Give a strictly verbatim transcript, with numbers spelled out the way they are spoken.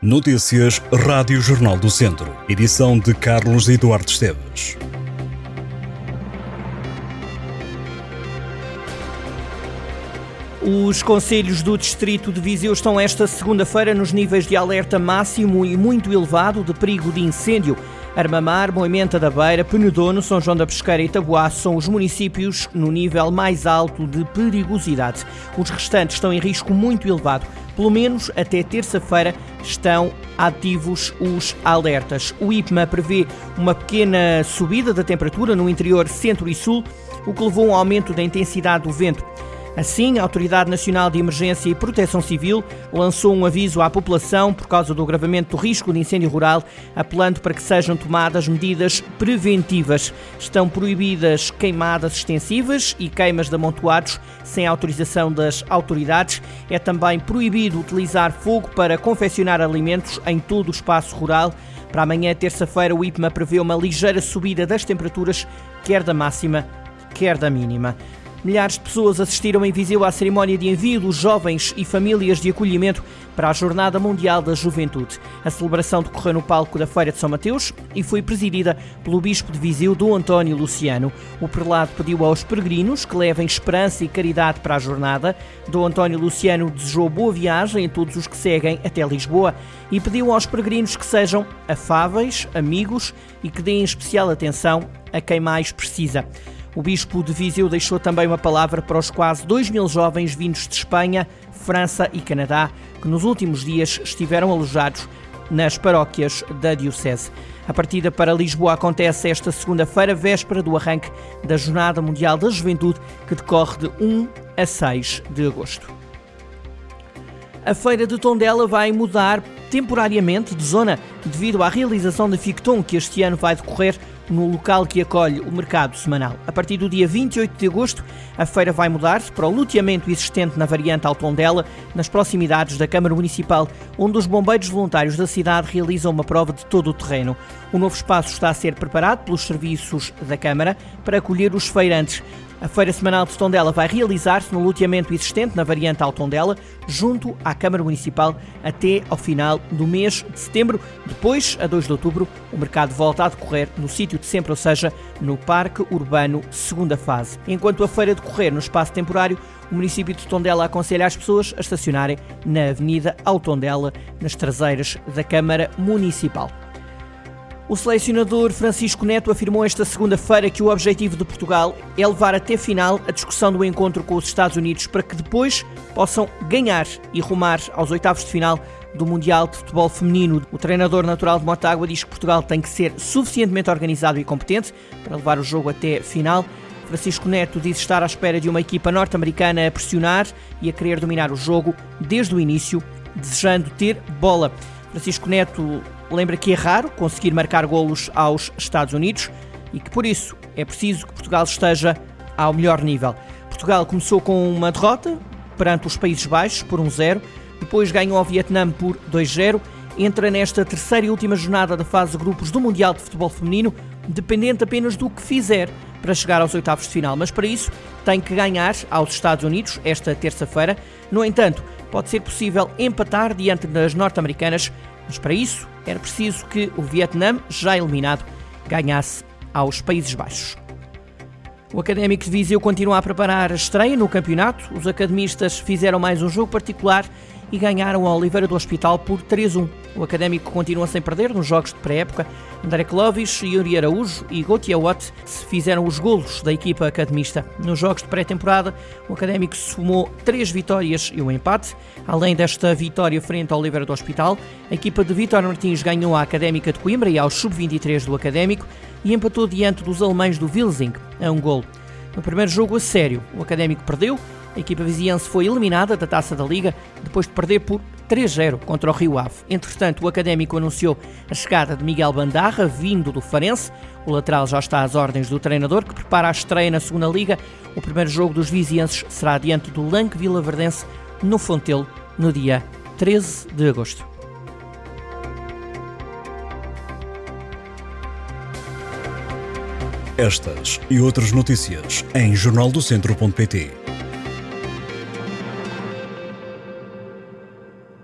Notícias Rádio Jornal do Centro. Edição de Carlos Eduardo Esteves. Os concelhos do distrito de Viseu estão esta segunda-feira nos níveis de alerta máximo e muito elevado de perigo de incêndio. Armamar, Moimenta da Beira, Penedono, São João da Pesqueira e Taboaço são os municípios no nível mais alto de perigosidade. Os restantes estão em risco muito elevado. Pelo menos até terça-feira estão ativos os alertas. O I P M A prevê uma pequena subida da temperatura no interior centro e sul, o que levou a um aumento da intensidade do vento. Assim, a Autoridade Nacional de Emergência e Proteção Civil lançou um aviso à população por causa do agravamento do risco de incêndio rural, apelando para que sejam tomadas medidas preventivas. Estão proibidas queimadas extensivas e queimas de amontoados sem autorização das autoridades. É também proibido utilizar fogo para confeccionar alimentos em todo o espaço rural. Para amanhã, terça-feira, o I P M A prevê uma ligeira subida das temperaturas, quer da máxima, quer da mínima. Milhares de pessoas assistiram em Viseu à cerimónia de envio dos jovens e famílias de acolhimento para a Jornada Mundial da Juventude. A celebração decorreu no palco da Feira de São Mateus e foi presidida pelo Bispo de Viseu, Dom António Luciano. O prelado pediu aos peregrinos que levem esperança e caridade para a jornada. Dom António Luciano desejou boa viagem a todos os que seguem até Lisboa e pediu aos peregrinos que sejam afáveis, amigos e que deem especial atenção a quem mais precisa. O Bispo de Viseu deixou também uma palavra para os quase dois mil jovens vindos de Espanha, França e Canadá, que nos últimos dias estiveram alojados nas paróquias da Diocese. A partida para Lisboa acontece esta segunda-feira, véspera do arranque da Jornada Mundial da Juventude, que decorre de um a seis de agosto. A Feira de Tondela vai mudar temporariamente de zona devido à realização da Ficton, que este ano vai decorrer no local que acolhe o mercado semanal. A partir do dia vinte e oito de agosto, a feira vai mudar-se para o loteamento existente na variante ao Tondela, nas proximidades da Câmara Municipal, onde os bombeiros voluntários da cidade realizam uma prova de todo o terreno. O novo espaço está a ser preparado pelos serviços da Câmara para acolher os feirantes. A Feira Semanal de Tondela vai realizar-se no loteamento existente na variante ao Tondela, junto à Câmara Municipal, até ao final do mês de setembro. Depois, a dois de outubro, o mercado volta a decorrer no sítio de sempre, ou seja, no Parque Urbano, segunda fase. Enquanto a feira decorrer no espaço temporário, o município de Tondela aconselha as pessoas a estacionarem na Avenida ao Tondela, nas traseiras da Câmara Municipal. O selecionador Francisco Neto afirmou esta segunda-feira que o objetivo de Portugal é levar até final a discussão do encontro com os Estados Unidos para que depois possam ganhar e rumar aos oitavos de final do Mundial de Futebol Feminino. O treinador natural de Mortágua diz que Portugal tem que ser suficientemente organizado e competente para levar o jogo até final. Francisco Neto diz estar à espera de uma equipa norte-americana a pressionar e a querer dominar o jogo desde o início, desejando ter bola. Francisco Neto lembra que é raro conseguir marcar golos aos Estados Unidos e que, por isso, é preciso que Portugal esteja ao melhor nível. Portugal começou com uma derrota perante os Países Baixos por um zero, depois ganhou ao Vietnã por dois zero, entra nesta terceira e última jornada da fase de grupos do Mundial de Futebol Feminino, dependente apenas do que fizer para chegar aos oitavos de final, mas para isso tem que ganhar aos Estados Unidos esta terça-feira. No entanto, pode ser possível empatar diante das norte-americanas, mas para isso era preciso que o Vietnã, já eliminado, ganhasse aos Países Baixos. O Académico de Viseu continua a preparar a estreia no campeonato. Os academistas fizeram mais um jogo particular e ganharam a Oliveira do Hospital por três a um. O Académico continua sem perder nos jogos de pré-época. André Clovis, Yuri Araújo e Gautier Watt fizeram os golos da equipa academista. Nos jogos de pré-temporada, o Académico somou três vitórias e um empate. Além desta vitória frente ao Oliveira do Hospital, a equipa de Vítor Martins ganhou a Académica de Coimbra e aos sub vinte e três do Académico e empatou diante dos alemães do Wilsing a um golo. No primeiro jogo a sério, o Académico perdeu. A equipa viziense foi eliminada da Taça da Liga depois de perder por três a zero contra o Rio Ave. Entretanto, o Académico anunciou a chegada de Miguel Bandarra, vindo do Farense. O lateral já está às ordens do treinador, que prepara a estreia na segunda Liga. O primeiro jogo dos vizienses será diante do Lanque Vilaverdense, no Fontelo, no dia treze de agosto. Estas e outras notícias em jornal do centro ponto pt.